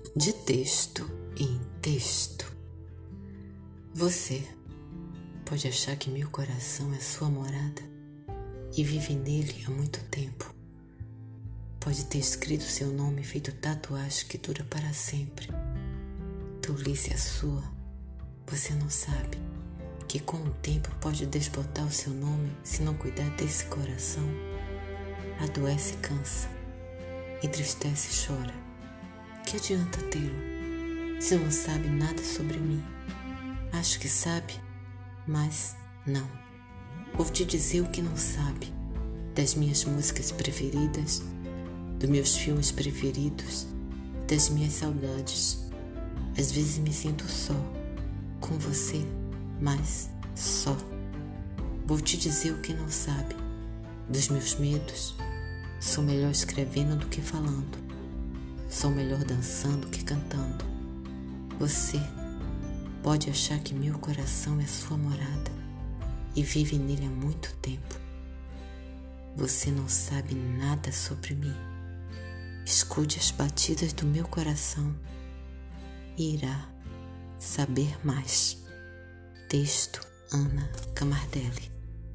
de texto em texto. Você pode achar que meu coração é sua morada e vive nele há muito tempo. Pode ter escrito seu nome feito tatuagem que dura para sempre. Tolice a sua, você não sabe que com o tempo pode desbotar o seu nome se não cuidar desse coração. Adoece e cansa, entristece e chora. Que adianta tê-lo se não sabe nada sobre mim? Acho que sabe, mas não. Vou te dizer o que não sabe das minhas músicas preferidas, dos meus filmes preferidos e das minhas saudades. Às vezes me sinto só, com você, mas só. Vou te dizer o que não sabe dos meus medos. Sou melhor escrevendo do que falando. Sou melhor dançando que cantando. Você pode achar que meu coração é sua morada e vive nele há muito tempo. Você não sabe nada sobre mim. Escute as batidas do meu coração e irá saber mais. Texto Ana Camardelli.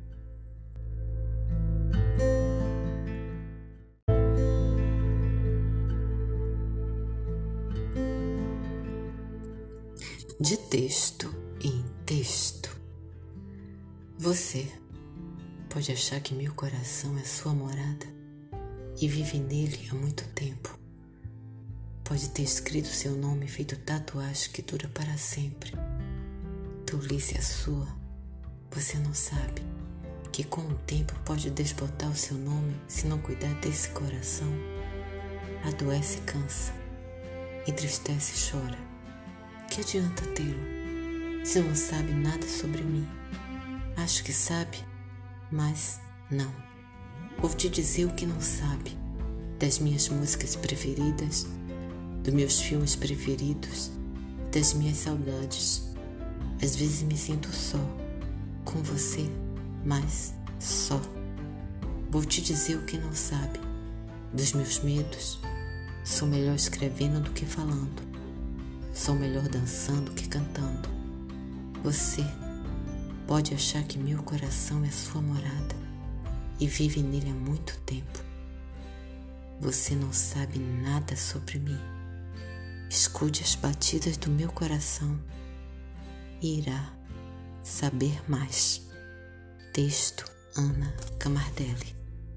De texto em texto. Você pode achar que meu coração é sua morada e vive nele há muito tempo. Pode ter escrito seu nome feito tatuagem que dura para sempre. Tolice a sua, você não sabe que com o tempo pode desbotar o seu nome se não cuidar desse coração. Adoece e cansa, entristece e chora. Que adianta tê-lo se não sabe nada sobre mim? Acho que sabe, mas não. Vou te dizer o que não sabe das minhas músicas preferidas, dos meus filmes preferidos e das minhas saudades. Às vezes me sinto só, com você, mas só. Vou te dizer o que não sabe dos meus medos. Sou melhor escrevendo do que falando. Sou melhor dançando que cantando. Você pode achar que meu coração é sua morada e vive nele há muito tempo. Você não sabe nada sobre mim. Escute as batidas do meu coração e irá saber mais. Texto Ana Camardelli.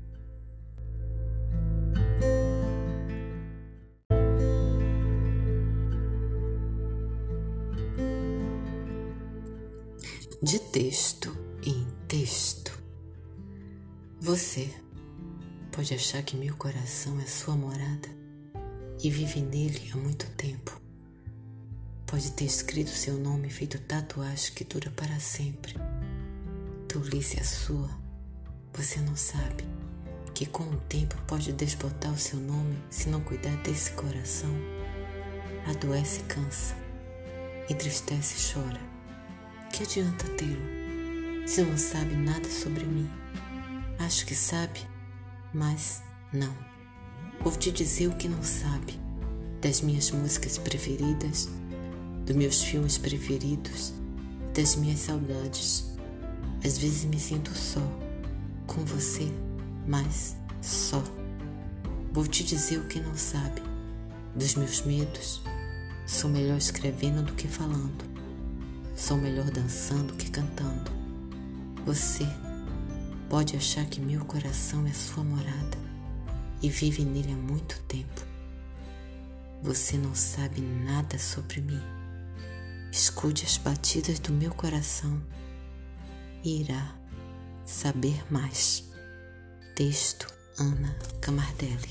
De texto em texto. Você pode achar que meu coração é sua morada e vive nele há muito tempo. Pode ter escrito seu nome feito tatuagem que dura para sempre. Tolice a sua, você não sabe que com o tempo pode desbotar o seu nome se não cuidar desse coração. Adoece e cansa, entristece e chora. Que adianta tê-lo se não sabe nada sobre mim? Acho que sabe, mas não. Vou te dizer o que não sabe das minhas músicas preferidas, dos meus filmes preferidos e das minhas saudades. Às vezes me sinto só, com você, mas só. Vou te dizer o que não sabe dos meus medos. Sou melhor escrevendo do que falando. Sou melhor dançando que cantando. Você pode achar que meu coração é sua morada e vive nele há muito tempo. Você não sabe nada sobre mim. Escute as batidas do meu coração e irá saber mais. Texto Ana Camardelli.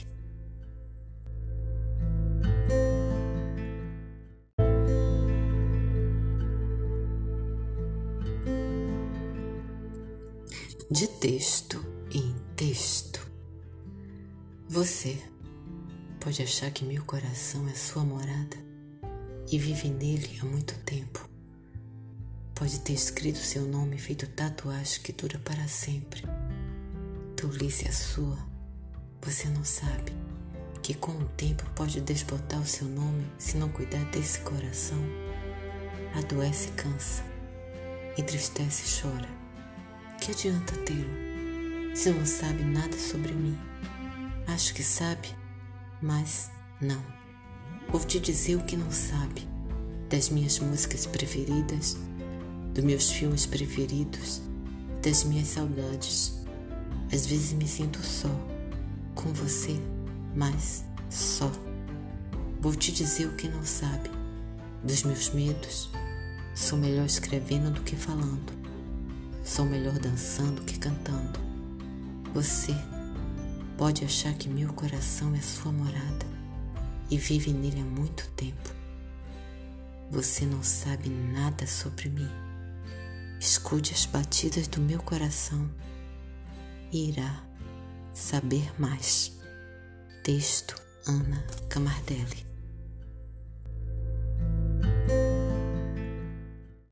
De texto em texto. Você pode achar que meu coração é sua morada e vive nele há muito tempo. Pode ter escrito seu nome feito tatuagem que dura para sempre. Tolice a sua, você não sabe que com o tempo pode desbotar o seu nome se não cuidar desse coração. Adoece e cansa, entristece e chora. Que adianta tê-lo se não sabe nada sobre mim? Acho que sabe, mas não. Vou te dizer o que não sabe das minhas músicas preferidas, dos meus filmes preferidos e das minhas saudades. Às vezes me sinto só, com você, mas só. Vou te dizer o que não sabe dos meus medos. Sou melhor escrevendo do que falando. Sou melhor dançando que cantando. Você pode achar que meu coração é sua morada e vive nele há muito tempo. Você não sabe nada sobre mim. Escute as batidas do meu coração e irá saber mais. Texto: Ana Camardelli.